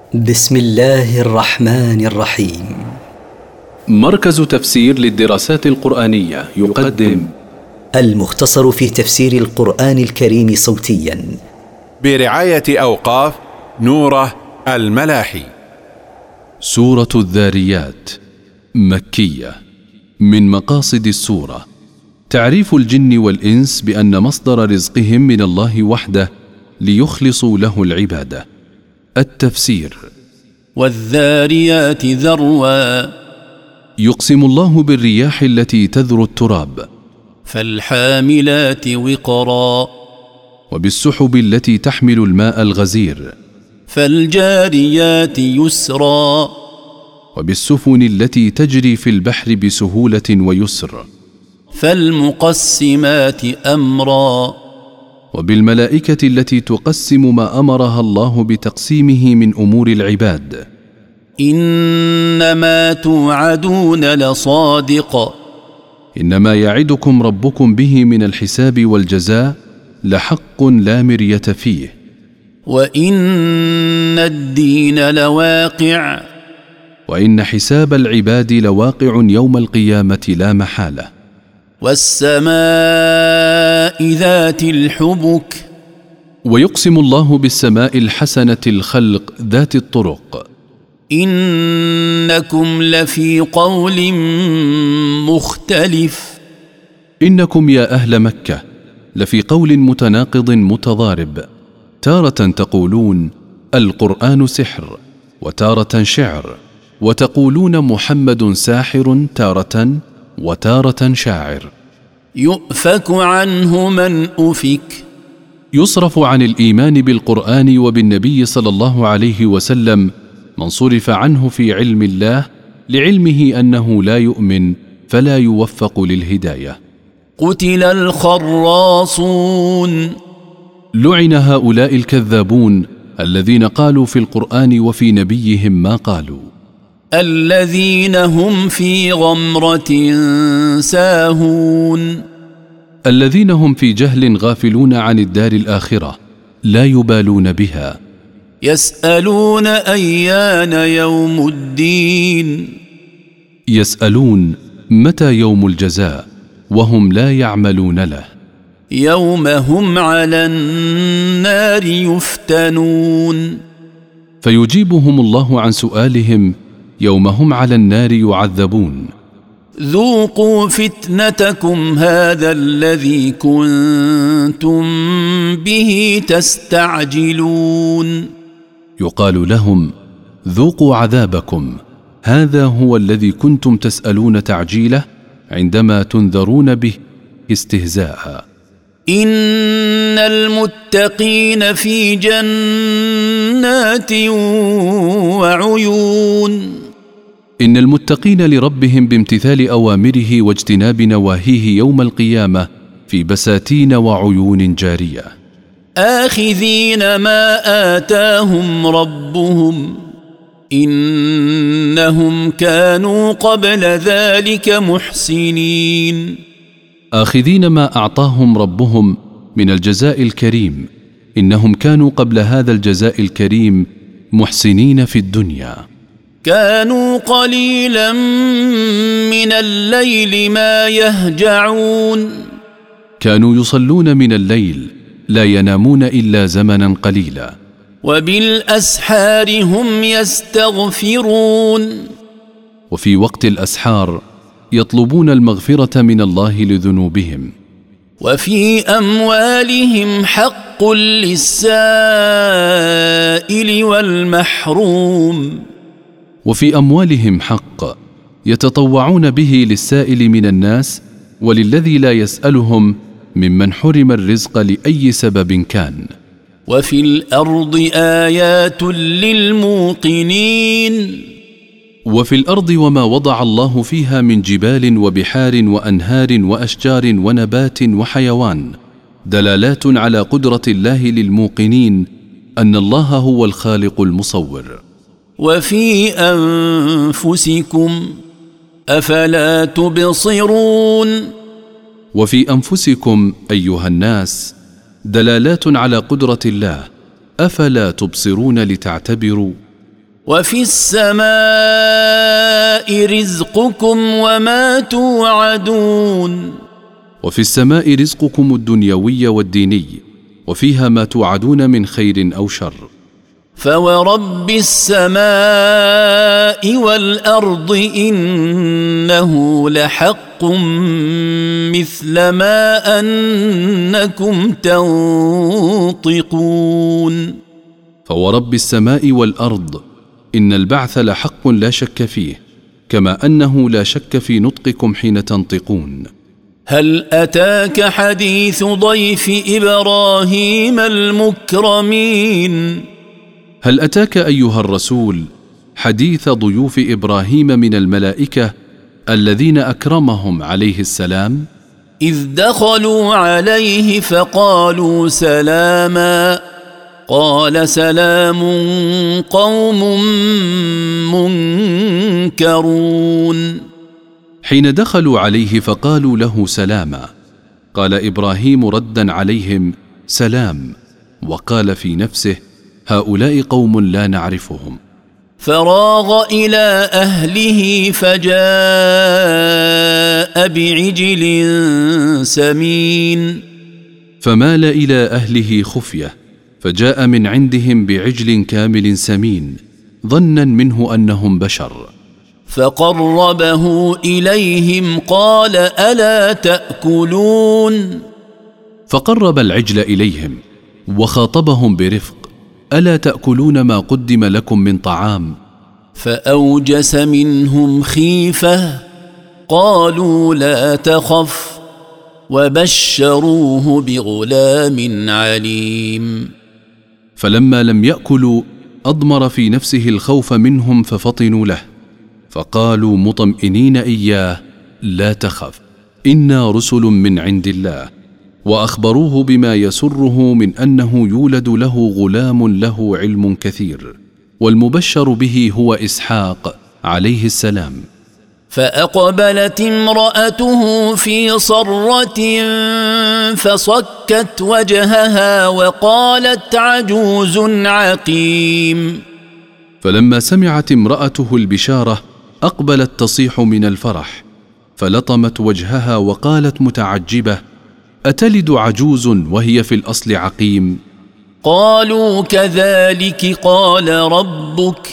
بسم الله الرحمن الرحيم. مركز تفسير للدراسات القرآنية يقدم المختصر في تفسير القرآن الكريم صوتيا برعاية أوقاف نوره الملاحي. سورة الذاريات مكية. من مقاصد السورة تعريف الجن والإنس بأن مصدر رزقهم من الله وحده ليخلصوا له العبادة. التفسير: والذاريات ذروا، يقسم الله بالرياح التي تذر التراب، فالحاملات وقرا، وبالسحب التي تحمل الماء الغزير، فالجاريات يسرا، وبالسفن التي تجري في البحر بسهولة ويسر، فالمقسمات أمرا، وبالملائكة التي تقسم ما أمرها الله بتقسيمه من أمور العباد. إنما توعدون لصادق، إنما يعدكم ربكم به من الحساب والجزاء لحق لا مرية فيه. وإن الدين لواقع، وإن حساب العباد لواقع يوم القيامة لا محالة. والسماء ذات الحبك، ويقسم الله بالسماء الحسنة الخلق ذات الطرق. إنكم لفي قول مختلف، إنكم يا أهل مكة لفي قول متناقض متضارب، تارة تقولون القرآن سحر، وتارة شعر، وتقولون محمد ساحر تارة، وتارة شاعر. يؤفك عنه من أفك، يصرف عن الإيمان بالقرآن وبالنبي صلى الله عليه وسلم من صرف عنه في علم الله لعلمه أنه لا يؤمن فلا يوفق للهداية. قتل الخراصون، لعن هؤلاء الكذابون الذين قالوا في القرآن وفي نبيهم ما قالوا. الذين هم في غمرة ساهون، الذين هم في جهل غافلون عن الدار الآخرة لا يبالون بها. يسألون أيان يوم الدين، يسألون متى يوم الجزاء وهم لا يعملون له. يوم هم على النار يفتنون، فيجيبهم الله عن سؤالهم يوم هم على النار يعذبون. ذوقوا فتنتكم هذا الذي كنتم به تستعجلون. يقال لهم ذوقوا عذابكم، هذا هو الذي كنتم تسألون تعجيله عندما تنذرون به استهزاء. إن المتقين في جنات وعيون، إن المتقين لربهم بامتثال أوامره واجتناب نواهيه يوم القيامة في بساتين وعيون جارية. آخذين ما آتاهم ربهم، إنهم كانوا قبل ذلك محسنين. آخذين ما أعطاهم ربهم من الجزاء الكريم، إنهم كانوا قبل هذا الجزاء الكريم محسنين في الدنيا. كانوا قليلا من الليل ما يهجعون، كانوا يصلون من الليل لا ينامون إلا زمنا قليلا. وبالأسحار هم يستغفرون، وفي وقت الأسحار يطلبون المغفرة من الله لذنوبهم. وفي أموالهم حق للسائل والمحروم، وفي أموالهم حق يتطوعون به للسائل من الناس وللذي لا يسألهم ممن حرم الرزق لأي سبب كان. وفي الأرض آيات للموقنين، وفي الأرض وما وضع الله فيها من جبال وبحار وأنهار وأشجار ونبات وحيوان دلالات على قدرة الله للموقنين أن الله هو الخالق المصور. وفي أنفسكم أفلا تبصرون، وفي أنفسكم أيها الناس دلالات على قدرة الله، أفلا تبصرون لتعتبروا؟ وفي السماء رزقكم وما توعدون. وفي السماء رزقكم الدنيوي والديني، وفيها ما توعدون من خير أو شر. فورب السماء والأرض إنه لحق مثل ما أنكم تنطقون. فورب السماء والأرض إن البعث لحق لا شك فيه، كما أنه لا شك في نطقكم حين تنطقون. هل أتاك حديث ضيف إبراهيم المكرمين؟ هل أتاك أيها الرسول حديث ضيوف إبراهيم من الملائكة الذين أكرمهم عليه السلام؟ إذ دخلوا عليه فقالوا سلاما، قال سلام قوم منكرون. حين دخلوا عليه فقالوا له سلاما، قال إبراهيم ردا عليهم سلام، وقال في نفسه هؤلاء قوم لا نعرفهم. فراغ إلى أهله فجاء بعجل سمين. فمال إلى أهله خفية، فجاء من عندهم بعجل كامل سمين، ظنا منه أنهم بشر. فقربه إليهم قال ألا تأكلون؟ فقرب العجل إليهم وخاطبهم برفق، ألا تأكلون ما قدم لكم من طعام؟ فأوجس منهم خيفة قالوا لا تخف، وبشروه بغلام عليم. فلما لم يأكلوا أضمر في نفسه الخوف منهم ففطنوا له، فقالوا مطمئنين إياه لا تخف إنا رسل من عند الله، وأخبروه بما يسره من أنه يولد له غلام له علم كثير، والمبشر به هو إسحاق عليه السلام. فأقبلت امرأته في صرة فصكت وجهها وقالت عجوز عقيم. فلما سمعت امرأته البشارة أقبلت تصيح من الفرح، فلطمت وجهها وقالت متعجبة أتلد عجوز وهي في الأصل عقيم؟ قالوا كذلك قال ربك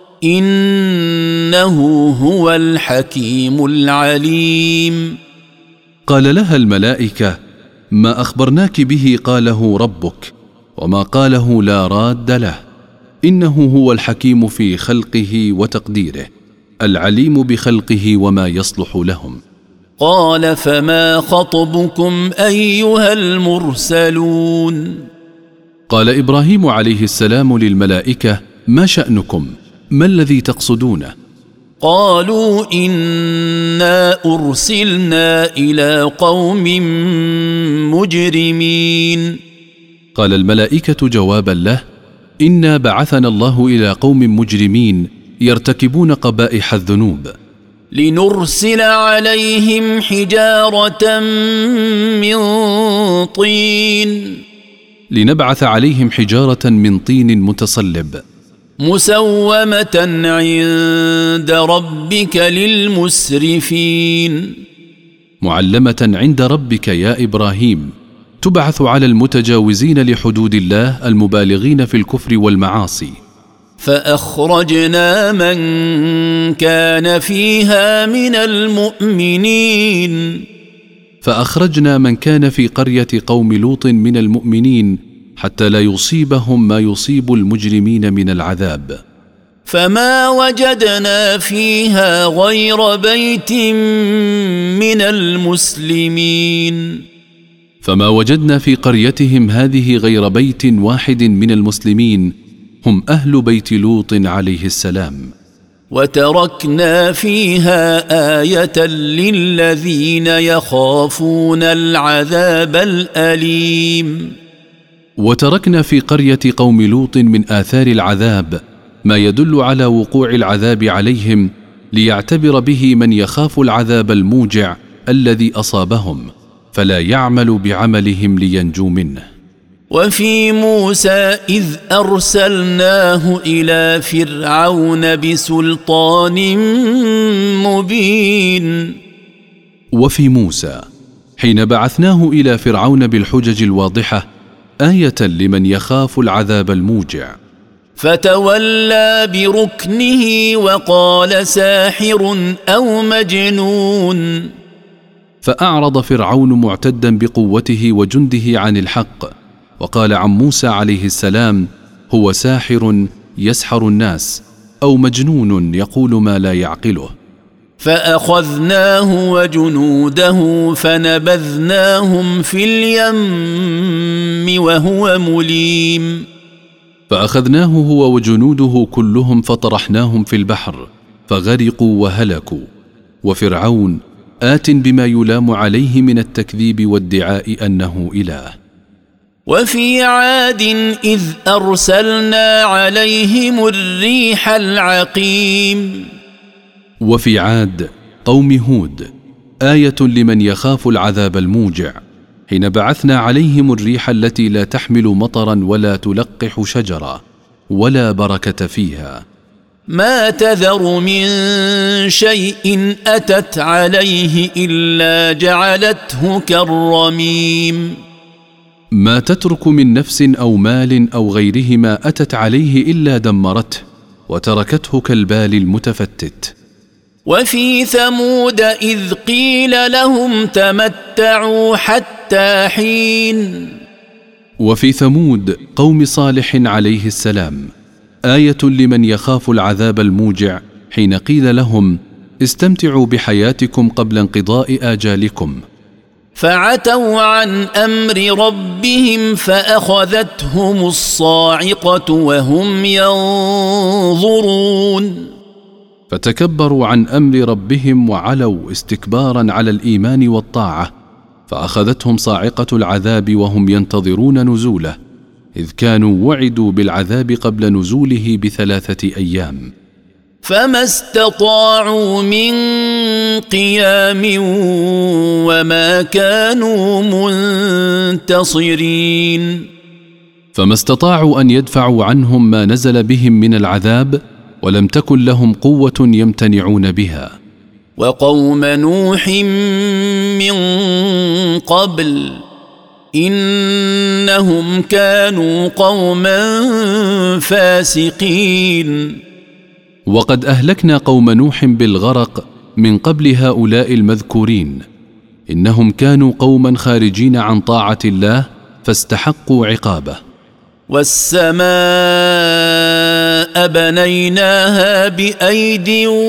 إنه هو الحكيم العليم. قال لها الملائكة ما أخبرناك به قاله ربك، وما قاله لا راد له، إنه هو الحكيم في خلقه وتقديره، العليم بخلقه وما يصلح لهم. قال فما خطبكم أيها المرسلون؟ قال إبراهيم عليه السلام للملائكة ما شأنكم؟ ما الذي تقصدونه؟ قالوا إنا أرسلنا إلى قوم مجرمين. قال الملائكة جوابا له إنا بعثنا الله إلى قوم مجرمين يرتكبون قبائح الذنوب، لنرسل عليهم حجارة من طين، لنبعث عليهم حجارة من طين متصلب، مسومة عند ربك للمسرفين، معلمة عند ربك يا إبراهيم، تبعث على المتجاوزين لحدود الله المبالغين في الكفر والمعاصي. فأخرجنا من كان فيها من المؤمنين، فأخرجنا من كان في قرية قوم لوط من المؤمنين حتى لا يصيبهم ما يصيب المجرمين من العذاب. فما وجدنا فيها غير بيت من المسلمين، فما وجدنا في قريتهم هذه غير بيت واحد من المسلمين، هم أهل بيت لوط عليه السلام. وتركنا فيها آية للذين يخافون العذاب الأليم. وتركنا في قرية قوم لوط من آثار العذاب ما يدل على وقوع العذاب عليهم، ليعتبر به من يخاف العذاب الموجع الذي أصابهم، فلا يعمل بعملهم لينجو منه. وفي موسى إذ أرسلناه إلى فرعون بسلطان مبين. وفي موسى حين بعثناه إلى فرعون بالحجج الواضحة آية لمن يخاف العذاب الموجع. فتولى بركنه وقال ساحر أو مجنون. فأعرض فرعون معتدا بقوته وجنده عن الحق، وقال عن موسى عليه السلام: هو ساحر يسحر الناس، أو مجنون يقول ما لا يعقله. فأخذناه وجنوده فنبذناهم في اليم وهو مليم. فأخذناه هو وجنوده كلهم فطرحناهم في البحر فغرقوا وهلكوا. وفرعون آت بما يلام عليه من التكذيب وادعاء أنه إله. وفي عاد إذ أرسلنا عليهم الريح العقيم. وفي عاد قوم هود آية لمن يخاف العذاب الموجع، حين بعثنا عليهم الريح التي لا تحمل مطرا ولا تلقح شجرا ولا بركة فيها. ما تذر من شيء أتت عليه إلا جعلته كالرميم. ما تترك من نفس أو مال أو غيرهما أتت عليه إلا دمرته وتركته كالبال المتفتت. وفي ثمود إذ قيل لهم تمتعوا حتى حين. وفي ثمود قوم صالح عليه السلام آية لمن يخاف العذاب الموجع، حين قيل لهم استمتعوا بحياتكم قبل انقضاء آجالكم. فعتوا عن أمر ربهم فأخذتهم الصاعقة وهم ينظرون. فتكبروا عن أمر ربهم وعلوا استكبارا على الإيمان والطاعة، فأخذتهم صاعقة العذاب وهم ينتظرون نزوله، إذ كانوا وعدوا بالعذاب قبل نزوله ب3 أيام. فما استطاعوا من قيام وما كانوا منتصرين. فما استطاعوا أن يدفعوا عنهم ما نزل بهم من العذاب، ولم تكن لهم قوة يمتنعون بها. وقوم نوح من قبل إنهم كانوا قوما فاسقين. وقد أهلكنا قوم نوح بالغرق من قبل هؤلاء المذكورين، إنهم كانوا قوما خارجين عن طاعة الله فاستحقوا عقابه. والسماء بنيناها بأيد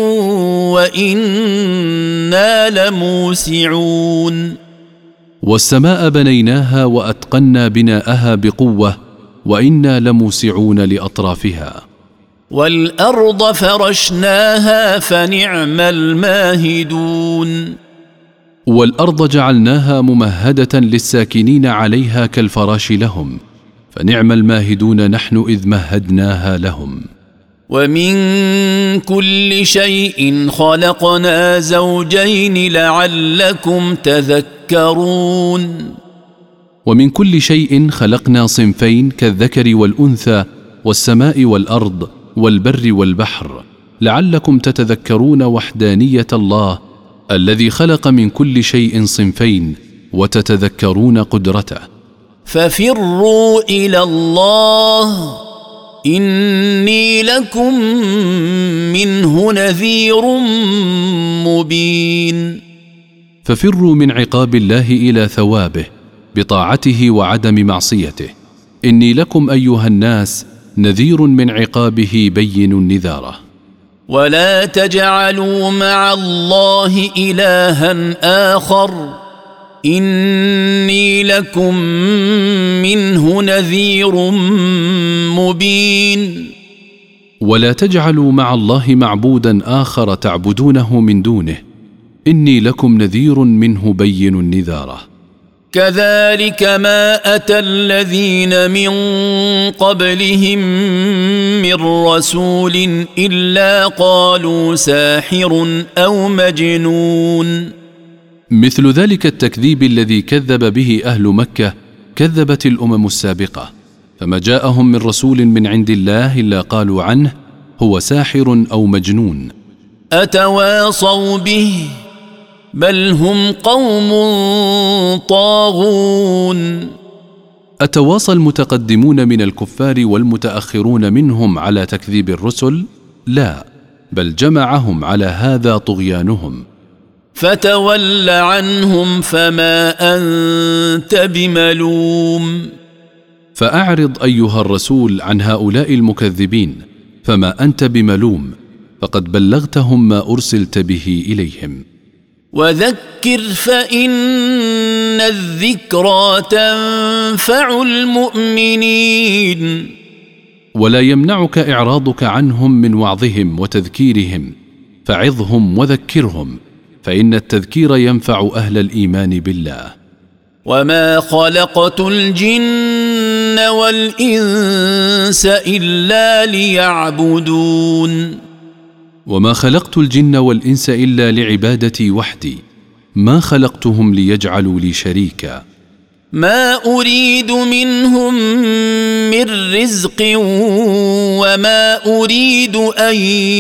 وإنا لموسعون. والسماء بنيناها وأتقنا بناءها بقوة وإنا لموسعون لأطرافها. والأرض فرشناها فنعم الماهدون. والأرض جعلناها ممهدة للساكنين عليها كالفراش لهم، فنعم الماهدون نحن إذ مهدناها لهم. ومن كل شيء خلقنا زوجين لعلكم تذكرون. ومن كل شيء خلقنا صنفين كالذكر والأنثى، والسماء والأرض والبر والبحر، لعلكم تتذكرون وحدانية الله الذي خلق من كل شيء صنفين وتتذكرون قدرته. ففروا إلى الله إني لكم منه نذير مبين. ففروا من عقاب الله إلى ثوابه بطاعته وعدم معصيته، إني لكم أيها الناس نذير من عقابه بين النذاره. ولا تجعلوا مع الله إلها آخر إني لكم منه نذير مبين. ولا تجعلوا مع الله معبودا آخر تعبدونه من دونه، إني لكم نذير منه بين النذاره. كذلك ما أتى الذين من قبلهم من رسول إلا قالوا ساحر أو مجنون. مثل ذلك التكذيب الذي كذب به أهل مكة كذبت الأمم السابقة، فما جاءهم من رسول من عند الله إلا قالوا عنه هو ساحر أو مجنون. أتواصوا به بل هم قوم طاغون. أتواصى المتقدمون من الكفار والمتأخرون منهم على تكذيب الرسل؟ لا، بل جمعهم على هذا طغيانهم. فتول عنهم فما أنت بملوم. فأعرض أيها الرسول عن هؤلاء المكذبين، فما أنت بملوم، فقد بلغتهم ما أرسلت به إليهم. وذكر فإن الذكرى تنفع المؤمنين. ولا يمنعك إعراضك عنهم من وعظهم وتذكيرهم، فعظهم وذكرهم، فإن التذكير ينفع أهل الإيمان بالله. وما خلقت الجن والإنس إلا ليعبدون. وما خلقت الجن والإنس إلا لعبادتي وحدي، ما خلقتهم ليجعلوا لي شريكا. ما أريد منهم من رزق وما أريد أن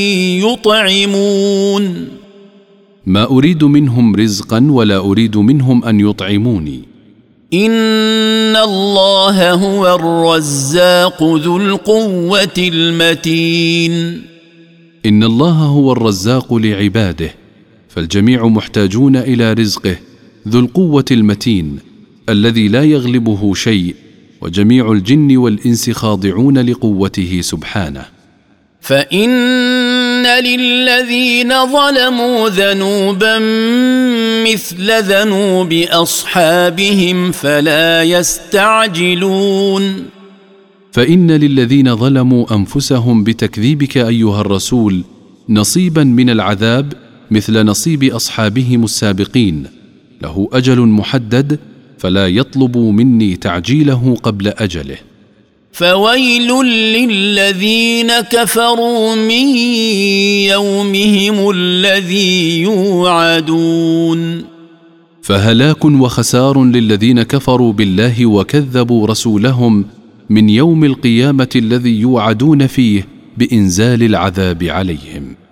يطعمون. ما أريد منهم رزقا ولا أريد منهم أن يطعموني. إن الله هو الرزاق ذو القوة المتين. إن الله هو الرزاق لعباده، فالجميع محتاجون إلى رزقه ذو القوة المتين الذي لا يغلبه شيء، وجميع الجن والإنس خاضعون لقوته سبحانه. فإن للذين ظلموا ذنوبا مثل ذنوب أصحابهم فلا يستعجلون. فإن للذين ظلموا أنفسهم بتكذيبك أيها الرسول نصيبا من العذاب مثل نصيب أصحابهم السابقين، له أجل محدد، فلا يطلبوا مني تعجيله قبل أجله. فويل للذين كفروا من يومهم الذي يوعدون. فهلاك وخسار للذين كفروا بالله وكذبوا رسولهم من يوم القيامة الذي يوعدون فيه بإنزال العذاب عليهم.